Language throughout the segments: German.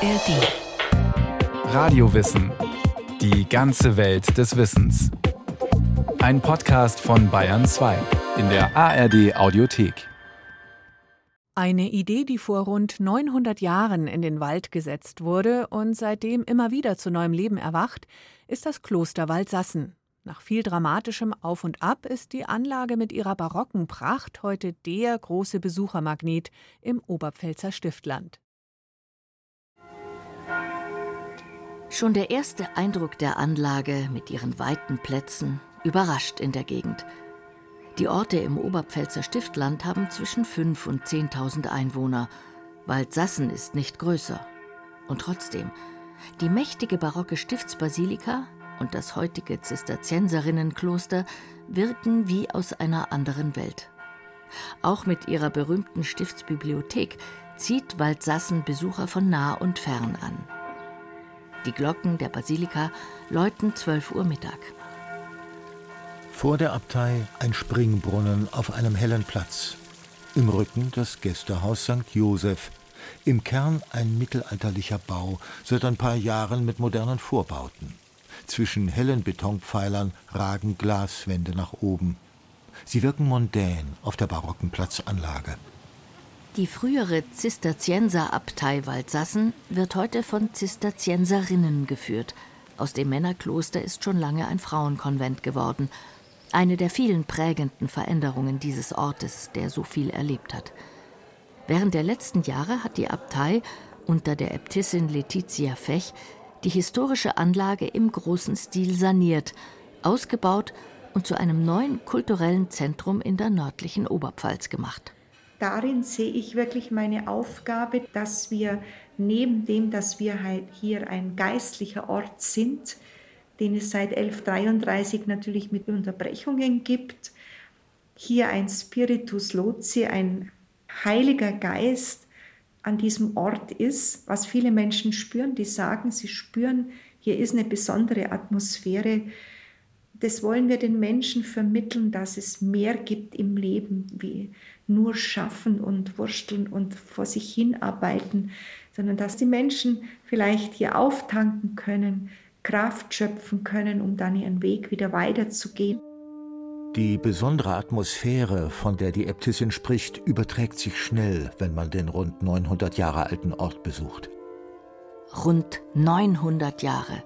ARD. Radiowissen. Die ganze Welt des Wissens. Ein Podcast von Bayern 2 in der ARD Audiothek. Eine Idee, die vor rund 900 Jahren in den Wald gesetzt wurde und seitdem immer wieder zu neuem Leben erwacht, ist das Kloster Waldsassen. Nach viel dramatischem Auf und Ab ist die Anlage mit ihrer barocken Pracht heute der große Besuchermagnet im Oberpfälzer Stiftland. Schon der erste Eindruck der Anlage mit ihren weiten Plätzen überrascht in der Gegend. Die Orte im Oberpfälzer Stiftland haben zwischen 5.000 und 10.000 Einwohner. Waldsassen ist nicht größer. Und trotzdem, die mächtige barocke Stiftsbasilika und das heutige Zisterzienserinnenkloster wirken wie aus einer anderen Welt. Auch mit ihrer berühmten Stiftsbibliothek zieht Waldsassen Besucher von nah und fern an. Die Glocken der Basilika läuten 12 Uhr Mittag. Vor der Abtei ein Springbrunnen auf einem hellen Platz. Im Rücken das Gästehaus St. Joseph. Im Kern ein mittelalterlicher Bau, seit ein paar Jahren mit modernen Vorbauten. Zwischen hellen Betonpfeilern ragen Glaswände nach oben. Sie wirken mondän auf der barocken Platzanlage. Die frühere Zisterzienserabtei Waldsassen wird heute von Zisterzienserinnen geführt. Aus dem Männerkloster ist schon lange ein Frauenkonvent geworden. Eine der vielen prägenden Veränderungen dieses Ortes, der so viel erlebt hat. Während der letzten Jahre hat die Abtei unter der Äbtissin Letizia Fech die historische Anlage im großen Stil saniert, ausgebaut und zu einem neuen kulturellen Zentrum in der nördlichen Oberpfalz gemacht. Darin sehe ich wirklich meine Aufgabe, dass wir neben dem, dass wir halt hier ein geistlicher Ort sind, den es seit 1133 natürlich mit Unterbrechungen gibt, hier ein Spiritus Loci, ein Heiliger Geist an diesem Ort ist, was viele Menschen spüren, die sagen, sie spüren, hier ist eine besondere Atmosphäre. Das wollen wir den Menschen vermitteln, dass es mehr gibt im Leben, wie nur schaffen und wursteln und vor sich hinarbeiten, sondern dass die Menschen vielleicht hier auftanken können, Kraft schöpfen können, um dann ihren Weg wieder weiterzugehen. Die besondere Atmosphäre, von der die Äbtissin spricht, überträgt sich schnell, wenn man den rund 900 Jahre alten Ort besucht. Rund 900 Jahre.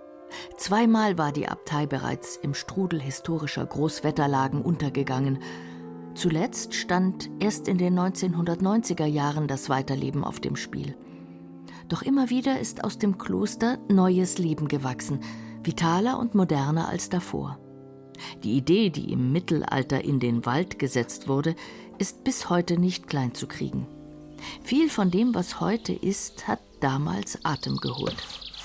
Zweimal war die Abtei bereits im Strudel historischer Großwetterlagen untergegangen. Zuletzt stand erst in den 1990er Jahren das Weiterleben auf dem Spiel. Doch immer wieder ist aus dem Kloster neues Leben gewachsen, vitaler und moderner als davor. Die Idee, die im Mittelalter in den Wald gesetzt wurde, ist bis heute nicht klein zu kriegen. Viel von dem, was heute ist, hat damals Atem geholt.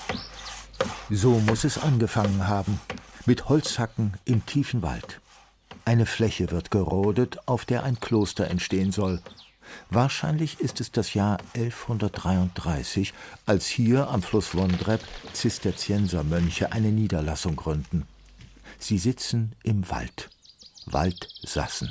So muss es angefangen haben, mit Holzhacken im tiefen Wald. Eine Fläche wird gerodet, auf der ein Kloster entstehen soll. Wahrscheinlich ist es das Jahr 1133, als hier am Fluss Wondreb Zisterziensermönche eine Niederlassung gründen. Sie sitzen im Wald. Waldsassen.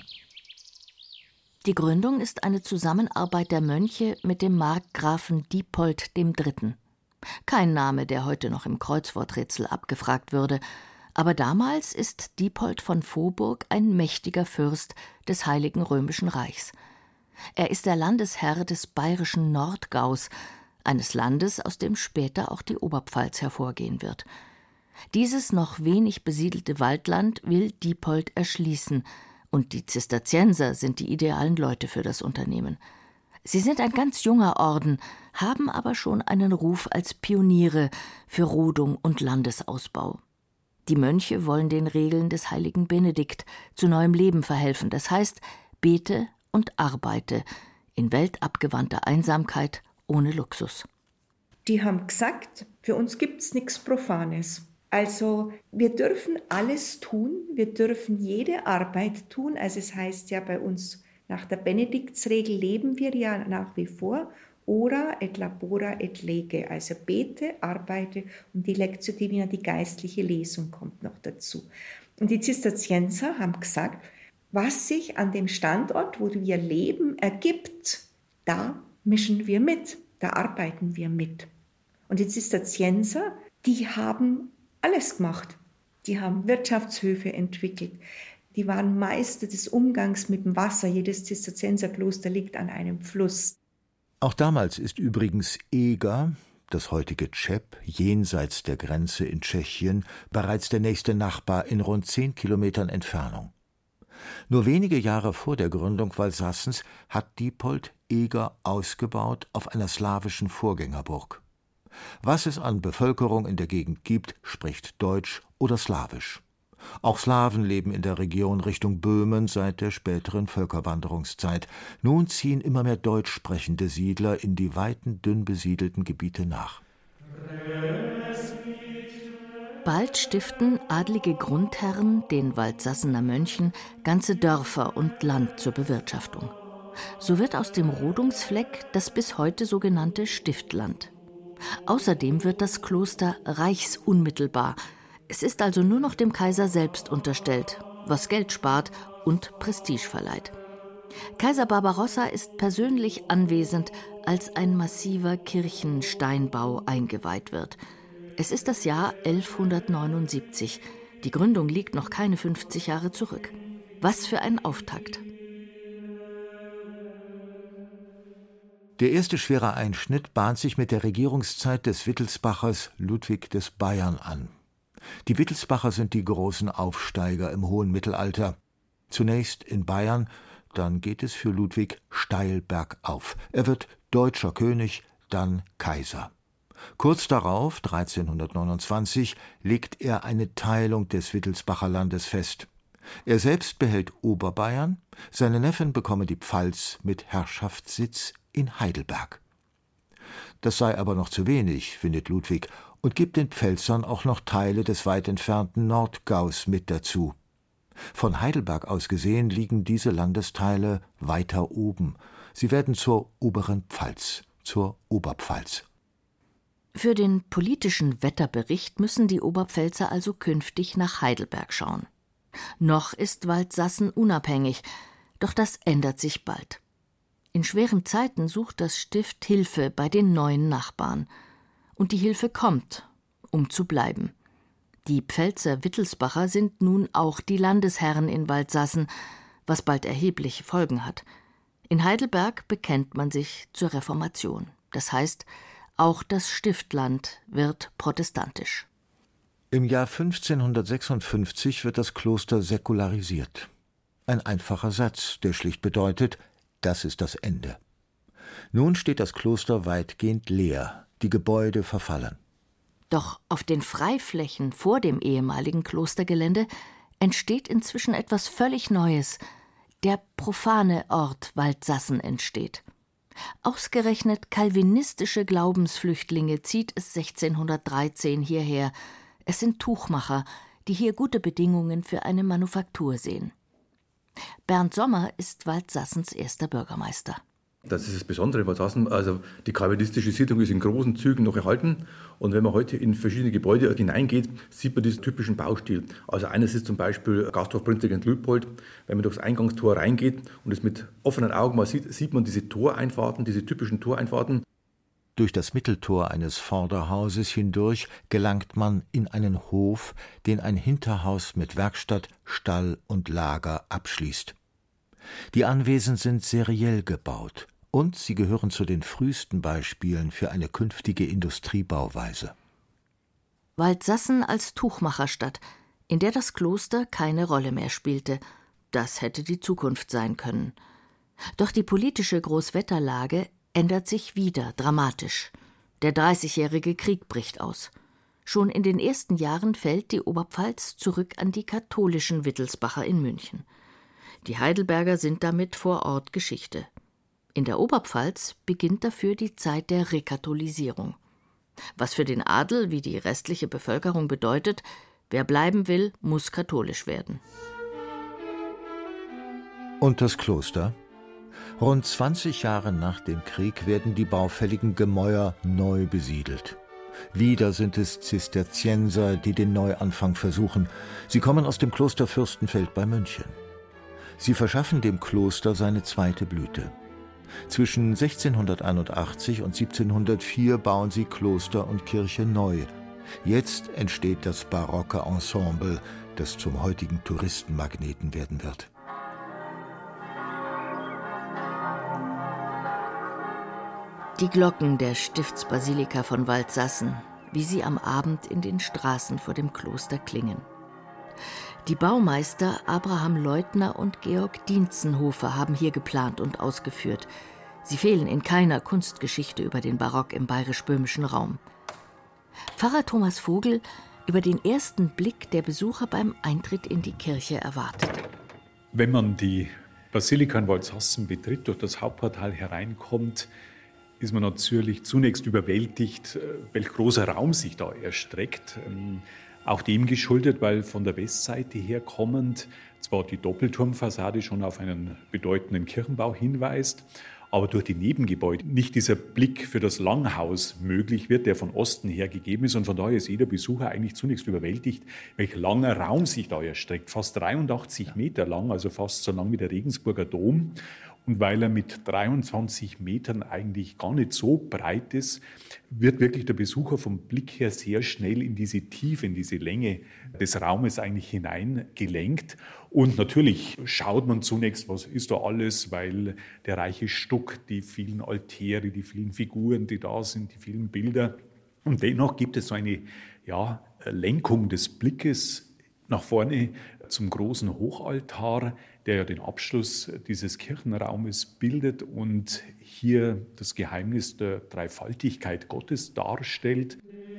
Die Gründung ist eine Zusammenarbeit der Mönche mit dem Markgrafen Diepold III. Kein Name, der heute noch im Kreuzworträtsel abgefragt würde. Aber damals ist Diepold von Vohburg ein mächtiger Fürst des Heiligen Römischen Reichs. Er ist der Landesherr des bayerischen Nordgaus, eines Landes, aus dem später auch die Oberpfalz hervorgehen wird. Dieses noch wenig besiedelte Waldland will Diepold erschließen, und die Zisterzienser sind die idealen Leute für das Unternehmen. Sie sind ein ganz junger Orden, haben aber schon einen Ruf als Pioniere für Rodung und Landesausbau. Die Mönche wollen den Regeln des heiligen Benedikt zu neuem Leben verhelfen, das heißt, bete und arbeite in weltabgewandter Einsamkeit ohne Luxus. Die haben gesagt, für uns gibt es nichts Profanes. Also wir dürfen alles tun, wir dürfen jede Arbeit tun. Also es heißt ja bei uns, nach der Benediktsregel leben wir ja nach wie vor. Ora et labora et lege, also bete, arbeite und die Lectio Divina, die geistliche Lesung kommt noch dazu. Und die Zisterzienser haben gesagt, was sich an dem Standort, wo wir leben, ergibt, da mischen wir mit, da arbeiten wir mit. Und die Zisterzienser, die haben alles gemacht. Die haben Wirtschaftshöfe entwickelt. Die waren Meister des Umgangs mit dem Wasser. Jedes Zisterzienserkloster liegt an einem Fluss. Auch damals ist übrigens Eger, das heutige Czep, jenseits der Grenze in Tschechien, bereits der nächste Nachbar in rund 10 Kilometern Entfernung. Nur wenige Jahre vor der Gründung Valsassens hat Diepold Eger ausgebaut auf einer slawischen Vorgängerburg. Was es an Bevölkerung in der Gegend gibt, spricht Deutsch oder Slawisch. Auch Slawen leben in der Region Richtung Böhmen seit der späteren Völkerwanderungszeit. Nun ziehen immer mehr deutsch sprechende Siedler in die weiten, dünn besiedelten Gebiete nach. Bald stiften adlige Grundherren, den Waldsassener Mönchen, ganze Dörfer und Land zur Bewirtschaftung. So wird aus dem Rodungsfleck das bis heute sogenannte Stiftland. Außerdem wird das Kloster reichsunmittelbar. Es ist also nur noch dem Kaiser selbst unterstellt, was Geld spart und Prestige verleiht. Kaiser Barbarossa ist persönlich anwesend, als ein massiver Kirchensteinbau eingeweiht wird. Es ist das Jahr 1179. Die Gründung liegt noch keine 50 Jahre zurück. Was für ein Auftakt! Der erste schwere Einschnitt bahnt sich mit der Regierungszeit des Wittelsbachers Ludwig des Bayern an. Die Wittelsbacher sind die großen Aufsteiger im hohen Mittelalter. Zunächst in Bayern, dann geht es für Ludwig steil bergauf. Er wird deutscher König, dann Kaiser. Kurz darauf, 1329, legt er eine Teilung des Wittelsbacher Landes fest. Er selbst behält Oberbayern, seine Neffen bekommen die Pfalz mit Herrschaftssitz in Heidelberg. Das sei aber noch zu wenig, findet Ludwig, und gibt den Pfälzern auch noch Teile des weit entfernten Nordgaus mit dazu. Von Heidelberg aus gesehen liegen diese Landesteile weiter oben. Sie werden zur oberen Pfalz, zur Oberpfalz. Für den politischen Wetterbericht müssen die Oberpfälzer also künftig nach Heidelberg schauen. Noch ist Waldsassen unabhängig, doch das ändert sich bald. In schweren Zeiten sucht das Stift Hilfe bei den neuen Nachbarn. Und die Hilfe kommt, um zu bleiben. Die Pfälzer Wittelsbacher sind nun auch die Landesherren in Waldsassen, was bald erhebliche Folgen hat. In Heidelberg bekennt man sich zur Reformation. Das heißt, auch das Stiftland wird protestantisch. Im Jahr 1556 wird das Kloster säkularisiert. Ein einfacher Satz, der schlicht bedeutet, das ist das Ende. Nun steht das Kloster weitgehend leer, die Gebäude verfallen. Doch auf den Freiflächen vor dem ehemaligen Klostergelände entsteht inzwischen etwas völlig Neues. Der profane Ort Waldsassen entsteht. Ausgerechnet calvinistische Glaubensflüchtlinge zieht es 1613 hierher. Es sind Tuchmacher, die hier gute Bedingungen für eine Manufaktur sehen. Bernd Sommer ist Waldsassens erster Bürgermeister. Das ist das Besondere in Waldsassen. Also die calvinistische Siedlung ist in großen Zügen noch erhalten. Und wenn man heute in verschiedene Gebäude hineingeht, sieht man diesen typischen Baustil. Also eines ist zum Beispiel Gasthof Prinzregent Luitpold. Wenn man durchs Eingangstor reingeht und es mit offenen Augen mal sieht, sieht man diese Toreinfahrten, diese typischen Toreinfahrten. Durch das Mitteltor eines Vorderhauses hindurch gelangt man in einen Hof, den ein Hinterhaus mit Werkstatt, Stall und Lager abschließt. Die Anwesen sind seriell gebaut und sie gehören zu den frühesten Beispielen für eine künftige Industriebauweise. Waldsassen als Tuchmacherstadt, in der das Kloster keine Rolle mehr spielte. Das hätte die Zukunft sein können. Doch die politische Großwetterlage ändert sich wieder dramatisch. Der 30-jährige Krieg bricht aus. Schon in den ersten Jahren fällt die Oberpfalz zurück an die katholischen Wittelsbacher in München. Die Heidelberger sind damit vor Ort Geschichte. In der Oberpfalz beginnt dafür die Zeit der Rekatholisierung. Was für den Adel wie die restliche Bevölkerung bedeutet, wer bleiben will, muss katholisch werden. Und das Kloster? Rund 20 Jahre nach dem Krieg werden die baufälligen Gemäuer neu besiedelt. Wieder sind es Zisterzienser, die den Neuanfang versuchen. Sie kommen aus dem Kloster Fürstenfeld bei München. Sie verschaffen dem Kloster seine zweite Blüte. Zwischen 1681 und 1704 bauen sie Kloster und Kirche neu. Jetzt entsteht das barocke Ensemble, das zum heutigen Touristenmagneten werden wird. Die Glocken der Stiftsbasilika von Waldsassen, wie sie am Abend in den Straßen vor dem Kloster klingen. Die Baumeister Abraham Leutner und Georg Dientzenhofer haben hier geplant und ausgeführt. Sie fehlen in keiner Kunstgeschichte über den Barock im bayerisch-böhmischen Raum. Pfarrer Thomas Vogel über den ersten Blick der Besucher beim Eintritt in die Kirche erwartet. Wenn man die Basilika in Waldsassen betritt, durch das Hauptportal hereinkommt, ist man natürlich zunächst überwältigt, welch großer Raum sich da erstreckt. Auch dem geschuldet, weil von der Westseite her kommend zwar die Doppelturmfassade schon auf einen bedeutenden Kirchenbau hinweist, aber durch die Nebengebäude nicht dieser Blick für das Langhaus möglich wird, der von Osten her gegeben ist. Und von daher ist jeder Besucher eigentlich zunächst überwältigt, welch langer Raum sich da erstreckt. Fast 83 Meter lang, also fast so lang wie der Regensburger Dom. Und weil er mit 23 Metern eigentlich gar nicht so breit ist, wird wirklich der Besucher vom Blick her sehr schnell in diese Tiefe, in diese Länge des Raumes eigentlich hineingelenkt. Und natürlich schaut man zunächst, was ist da alles, weil der reiche Stuck, die vielen Altäre, die vielen Figuren, die da sind, die vielen Bilder. Und dennoch gibt es so eine Lenkung des Blickes nach vorne zum großen Hochaltar, der ja den Abschluss dieses Kirchenraumes bildet und hier das Geheimnis der Dreifaltigkeit Gottes darstellt.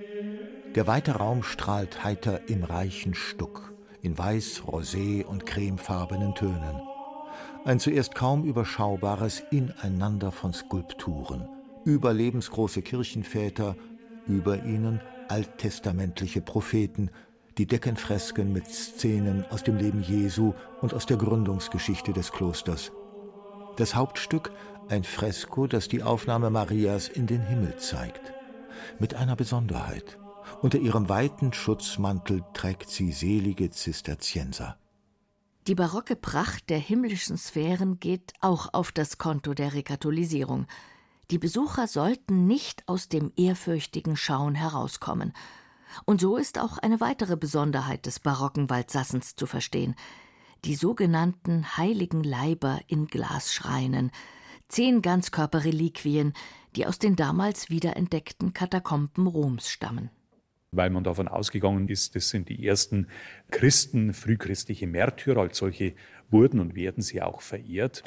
Der weite Raum strahlt heiter im reichen Stuck, in weiß, rosé und cremefarbenen Tönen. Ein zuerst kaum überschaubares Ineinander von Skulpturen. Überlebensgroße Kirchenväter, über ihnen alttestamentliche Propheten, die Deckenfresken mit Szenen aus dem Leben Jesu und aus der Gründungsgeschichte des Klosters. Das Hauptstück, ein Fresko, das die Aufnahme Marias in den Himmel zeigt. Mit einer Besonderheit. Unter ihrem weiten Schutzmantel trägt sie selige Zisterzienser. Die barocke Pracht der himmlischen Sphären geht auch auf das Konto der Rekatholisierung. Die Besucher sollten nicht aus dem ehrfürchtigen Schauen herauskommen. Und so ist auch eine weitere Besonderheit des barocken Waldsassens zu verstehen. Die sogenannten heiligen Leiber in Glasschreinen, 10 Ganzkörperreliquien, die aus den damals wiederentdeckten Katakomben Roms stammen. Weil man davon ausgegangen ist, das sind die ersten Christen, frühchristliche Märtyrer, als solche wurden und werden sie auch verehrt.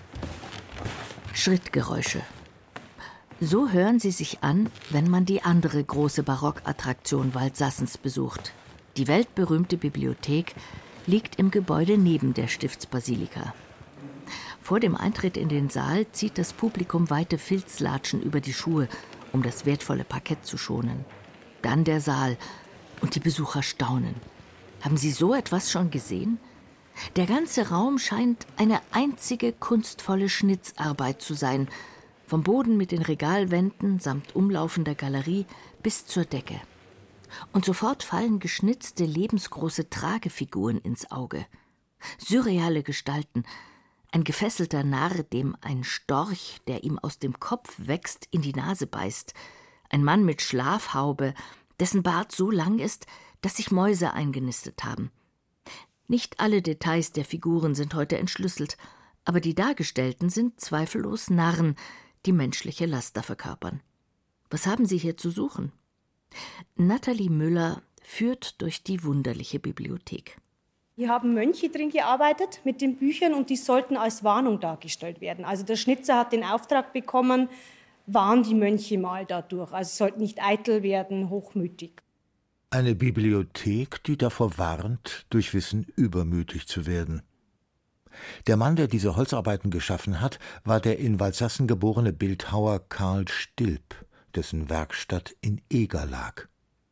Schrittgeräusche. So hören sie sich an, wenn man die andere große Barockattraktion Waldsassens besucht. Die weltberühmte Bibliothek liegt im Gebäude neben der Stiftsbasilika. Vor dem Eintritt in den Saal zieht das Publikum weite Filzlatschen über die Schuhe, um das wertvolle Parkett zu schonen. Dann der Saal und die Besucher staunen. Haben Sie so etwas schon gesehen? Der ganze Raum scheint eine einzige kunstvolle Schnitzarbeit zu sein, vom Boden mit den Regalwänden samt umlaufender Galerie bis zur Decke. Und sofort fallen geschnitzte, lebensgroße Tragefiguren ins Auge. Surreale Gestalten, ein gefesselter Narr, dem ein Storch, der ihm aus dem Kopf wächst, in die Nase beißt, ein Mann mit Schlafhaube, dessen Bart so lang ist, dass sich Mäuse eingenistet haben. Nicht alle Details der Figuren sind heute entschlüsselt, aber die Dargestellten sind zweifellos Narren, die menschliche Laster verkörpern. Was haben Sie hier zu suchen? Nathalie Müller führt durch die wunderliche Bibliothek. Hier haben Mönche drin gearbeitet mit den Büchern und die sollten als Warnung dargestellt werden. Also der Schnitzer hat den Auftrag bekommen, warn die Mönche mal dadurch. Also sie sollten nicht eitel werden, hochmütig. Eine Bibliothek, die davor warnt, durch Wissen übermütig zu werden. Der Mann, der diese Holzarbeiten geschaffen hat, war der in Waldsassen geborene Bildhauer Karl Stilp, dessen Werkstatt in Eger lag.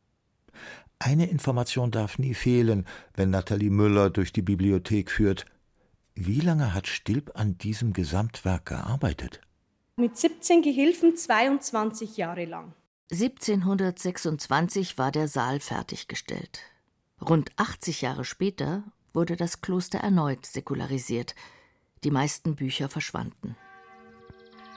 Eine Information darf nie fehlen, wenn Nathalie Müller durch die Bibliothek führt. Wie lange hat Stilp an diesem Gesamtwerk gearbeitet? Mit 17 Gehilfen 22 Jahre lang. 1726 war der Saal fertiggestellt. Rund 80 Jahre später wurde das Kloster erneut säkularisiert. Die meisten Bücher verschwanden.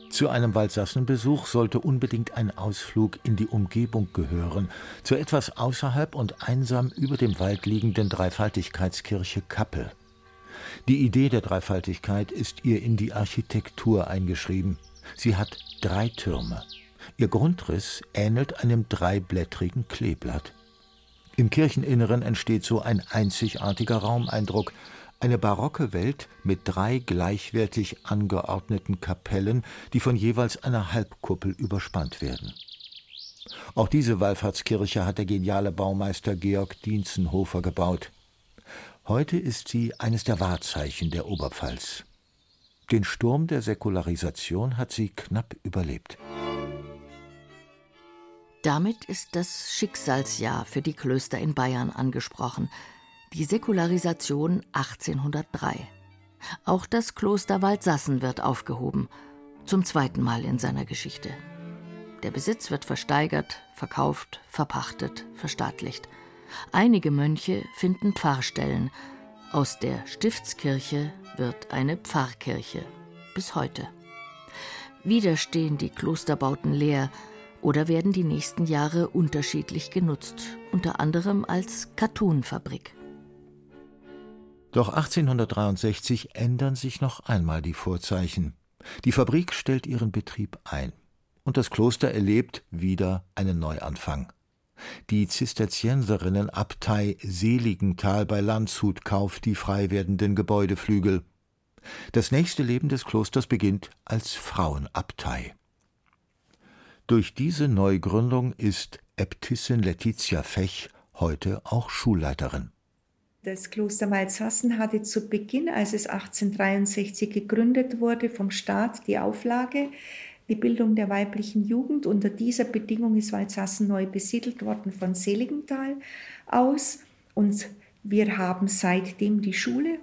Zu einem Waldsassenbesuch sollte unbedingt ein Ausflug in die Umgebung gehören, zu etwas außerhalb und einsam über dem Wald liegenden Dreifaltigkeitskirche Kappel. Die Idee der Dreifaltigkeit ist ihr in die Architektur eingeschrieben. Sie hat 3 Türme. Ihr Grundriss ähnelt einem 3-blättrigen Kleeblatt. Im Kircheninneren entsteht so ein einzigartiger Raumeindruck, eine barocke Welt mit 3 gleichwertig angeordneten Kapellen, die von jeweils einer Halbkuppel überspannt werden. Auch diese Wallfahrtskirche hat der geniale Baumeister Georg Dientzenhofer gebaut. Heute ist sie eines der Wahrzeichen der Oberpfalz. Den Sturm der Säkularisation hat sie knapp überlebt. Damit ist das Schicksalsjahr für die Klöster in Bayern angesprochen. Die Säkularisation 1803. Auch das Kloster Waldsassen wird aufgehoben, zum 2. Mal in seiner Geschichte. Der Besitz wird versteigert, verkauft, verpachtet, verstaatlicht. Einige Mönche finden Pfarrstellen. Aus der Stiftskirche wird eine Pfarrkirche, bis heute. Wieder stehen die Klosterbauten leer oder werden die nächsten Jahre unterschiedlich genutzt, unter anderem als Kattunfabrik. Doch 1863 ändern sich noch einmal die Vorzeichen. Die Fabrik stellt ihren Betrieb ein und das Kloster erlebt wieder einen Neuanfang. Die Zisterzienserinnenabtei Seligenthal bei Landshut kauft die frei werdenden Gebäudeflügel. Das nächste Leben des Klosters beginnt als Frauenabtei. Durch diese Neugründung ist Äbtissin Letizia Fech heute auch Schulleiterin. Das Kloster Waldsassen hatte zu Beginn, als es 1863 gegründet wurde, vom Staat die Auflage, die Bildung der weiblichen Jugend. Unter dieser Bedingung ist Waldsassen neu besiedelt worden von Seligenthal aus. Und wir haben seitdem die Schule.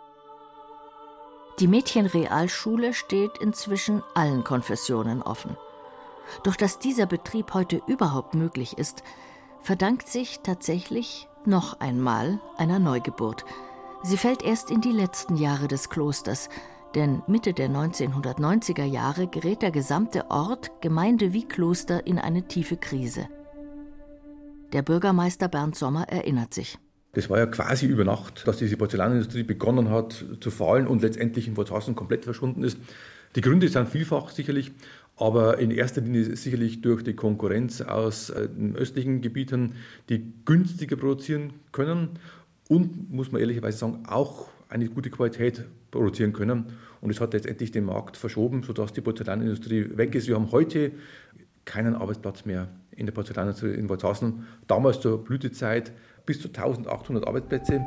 Die Mädchenrealschule steht inzwischen allen Konfessionen offen. Doch dass dieser Betrieb heute überhaupt möglich ist, verdankt sich tatsächlich noch einmal einer Neugeburt. Sie fällt erst in die letzten Jahre des Klosters, denn Mitte der 1990er Jahre gerät der gesamte Ort, Gemeinde wie Kloster, in eine tiefe Krise. Der Bürgermeister Bernd Sommer erinnert sich. Das war ja quasi über Nacht, dass diese Porzellanindustrie begonnen hat zu fallen und letztendlich in Waldsassen komplett verschwunden ist. Die Gründe sind vielfach sicherlich, aber in erster Linie sicherlich durch die Konkurrenz aus den östlichen Gebieten, die günstiger produzieren können und, muss man ehrlicherweise sagen, auch eine gute Qualität produzieren können. Und es hat letztendlich den Markt verschoben, sodass die Porzellanindustrie weg ist. Wir haben heute keinen Arbeitsplatz mehr in der Porzellanindustrie in Waldsassen. Damals zur Blütezeit bis zu 1800 Arbeitsplätze.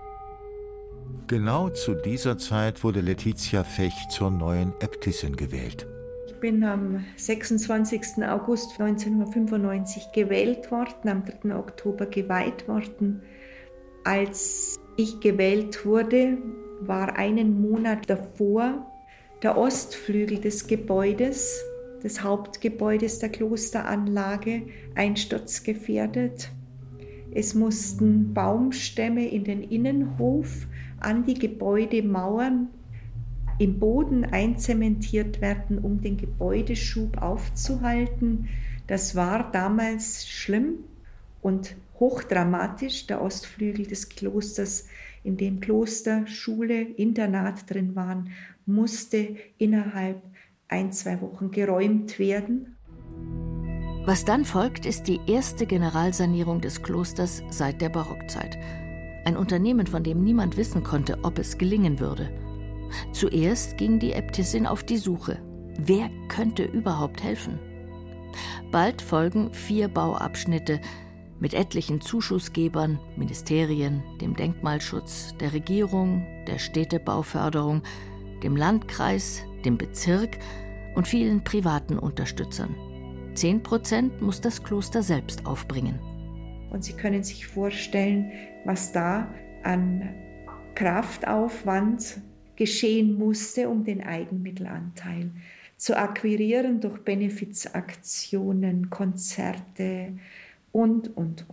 Genau zu dieser Zeit wurde Letizia Fech zur neuen Äbtissin gewählt. Ich bin am 26. August 1995 gewählt worden, am 3. Oktober geweiht worden. Als ich gewählt wurde, war einen Monat davor der Ostflügel des Gebäudes, des Hauptgebäudes der Klosteranlage, einsturzgefährdet. Es mussten Baumstämme in den Innenhof an die Gebäudemauern im Boden einzementiert werden, um den Gebäudeschub aufzuhalten. Das war damals schlimm und hochdramatisch. Der Ostflügel des Klosters, in dem Kloster, Schule, Internat drin waren, musste innerhalb 1-2 Wochen geräumt werden. Was dann folgt, ist die erste Generalsanierung des Klosters seit der Barockzeit. Ein Unternehmen, von dem niemand wissen konnte, ob es gelingen würde. Zuerst ging die Äbtissin auf die Suche. Wer könnte überhaupt helfen? Bald folgen 4 Bauabschnitte mit etlichen Zuschussgebern, Ministerien, dem Denkmalschutz, der Regierung, der Städtebauförderung, dem Landkreis, dem Bezirk und vielen privaten Unterstützern. 10% muss das Kloster selbst aufbringen. Und Sie können sich vorstellen, was da an Kraftaufwand geschehen musste, um den Eigenmittelanteil zu akquirieren durch Benefizaktionen, Konzerte und.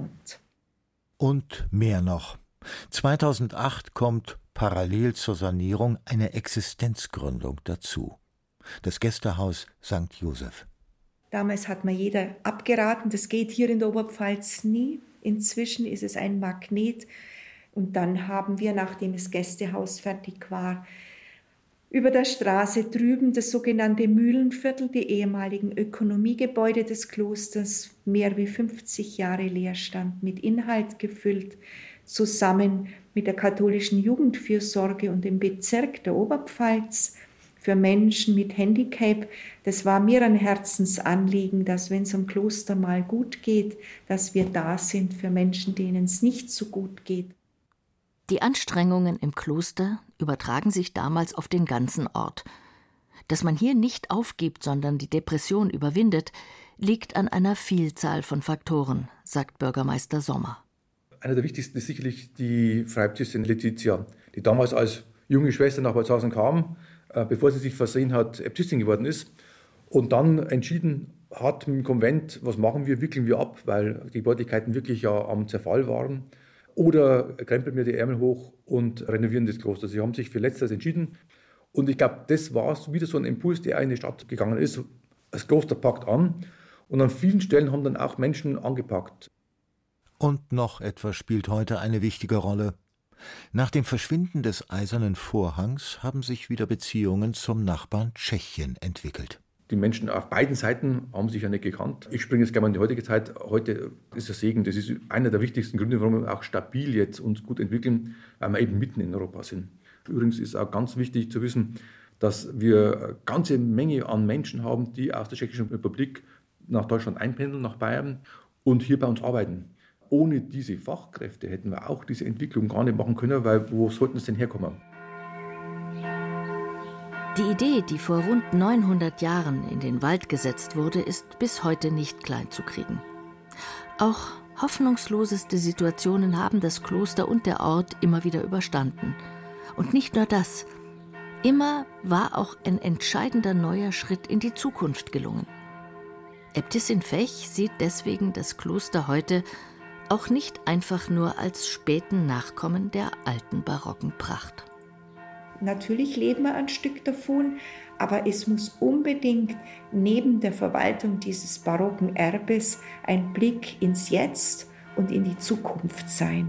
Und mehr noch. 2008 kommt parallel zur Sanierung eine Existenzgründung dazu. das Gästehaus St. Joseph. Damals hat mir jeder abgeraten, das geht hier in der Oberpfalz nie. Inzwischen ist es ein Magnet. Und dann haben wir, nachdem das Gästehaus fertig war, über der Straße drüben das sogenannte Mühlenviertel, die ehemaligen Ökonomiegebäude des Klosters, mehr wie 50 Jahre Leerstand, mit Inhalt gefüllt, zusammen mit der katholischen Jugendfürsorge und dem Bezirk der Oberpfalz für Menschen mit Handicap. Das war mir ein Herzensanliegen, dass, wenn es am Kloster mal gut geht, dass wir da sind für Menschen, denen es nicht so gut geht. Die Anstrengungen im Kloster übertragen sich damals auf den ganzen Ort. Dass man hier nicht aufgibt, sondern die Depression überwindet, liegt an einer Vielzahl von Faktoren, sagt Bürgermeister Sommer. Einer der wichtigsten ist sicherlich die Phraebtissin Letizia, die damals als junge Schwester nach Waldshassen kam, bevor sie sich versehen hat, Äbtissin geworden ist und dann entschieden hat mit dem Konvent, was machen wir, wickeln wir ab, weil die Gebäudigkeiten wirklich ja am Zerfall waren. Oder krempeln wir die Ärmel hoch und renovieren das Kloster. Sie haben sich für Letzteres entschieden. Und ich glaube, das war wieder so ein Impuls, der in die Stadt gegangen ist. Das Kloster packt an. Und an vielen Stellen haben dann auch Menschen angepackt. Und noch etwas spielt heute eine wichtige Rolle. Nach dem Verschwinden des Eisernen Vorhangs haben sich wieder Beziehungen zum Nachbarn Tschechien entwickelt. Die Menschen auf beiden Seiten haben sich ja nicht gekannt. Ich springe jetzt gerne mal in die heutige Zeit. Heute ist der Segen, das ist einer der wichtigsten Gründe, warum wir auch stabil jetzt uns gut entwickeln, weil wir eben mitten in Europa sind. Übrigens ist auch ganz wichtig zu wissen, dass wir eine ganze Menge an Menschen haben, die aus der Tschechischen Republik nach Deutschland einpendeln, nach Bayern und hier bei uns arbeiten. Ohne diese Fachkräfte hätten wir auch diese Entwicklung gar nicht machen können, weil wo sollten es denn herkommen? Die Idee, die vor rund 900 Jahren in den Wald gesetzt wurde, ist bis heute nicht klein zu kriegen. Auch hoffnungsloseste Situationen haben das Kloster und der Ort immer wieder überstanden. Und nicht nur das. Immer war auch ein entscheidender neuer Schritt in die Zukunft gelungen. Äbtissin Fech sieht deswegen das Kloster heute auch nicht einfach nur als späten Nachkommen der alten barocken Pracht. Natürlich leben wir ein Stück davon, aber es muss unbedingt neben der Verwaltung dieses barocken Erbes ein Blick ins Jetzt und in die Zukunft sein.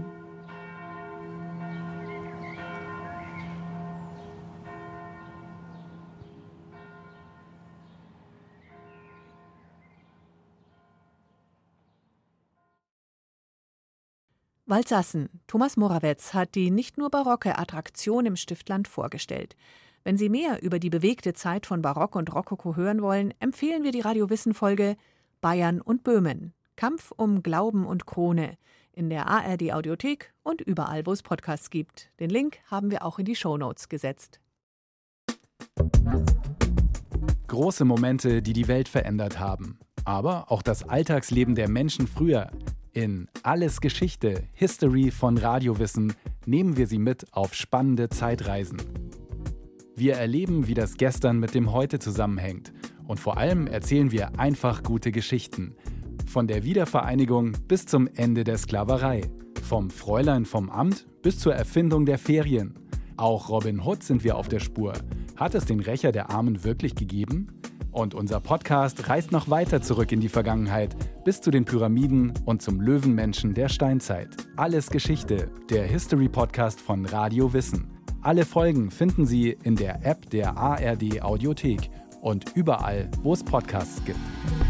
Waldsassen. Thomas Morawetz hat die nicht nur barocke Attraktion im Stiftland vorgestellt. Wenn Sie mehr über die bewegte Zeit von Barock und Rokoko hören wollen, empfehlen wir die Radio-Wissen-Folge Bayern und Böhmen. Kampf um Glauben und Krone in der ARD-Audiothek und überall, wo es Podcasts gibt. Den Link haben wir auch in die Shownotes gesetzt. Große Momente, die die Welt verändert haben. Aber auch das Alltagsleben der Menschen früher. In Alles Geschichte, History von Radiowissen nehmen wir Sie mit auf spannende Zeitreisen. Wir erleben, wie das Gestern mit dem Heute zusammenhängt. Und vor allem erzählen wir einfach gute Geschichten. Von der Wiedervereinigung bis zum Ende der Sklaverei. Vom Fräulein vom Amt bis zur Erfindung der Ferien. Auch Robin Hood sind wir auf der Spur. Hat es den Rächer der Armen wirklich gegeben? Und unser Podcast reist noch weiter zurück in die Vergangenheit, bis zu den Pyramiden und zum Löwenmenschen der Steinzeit. Alles Geschichte, der History-Podcast von Radio Wissen. Alle Folgen finden Sie in der App der ARD Audiothek und überall, wo es Podcasts gibt.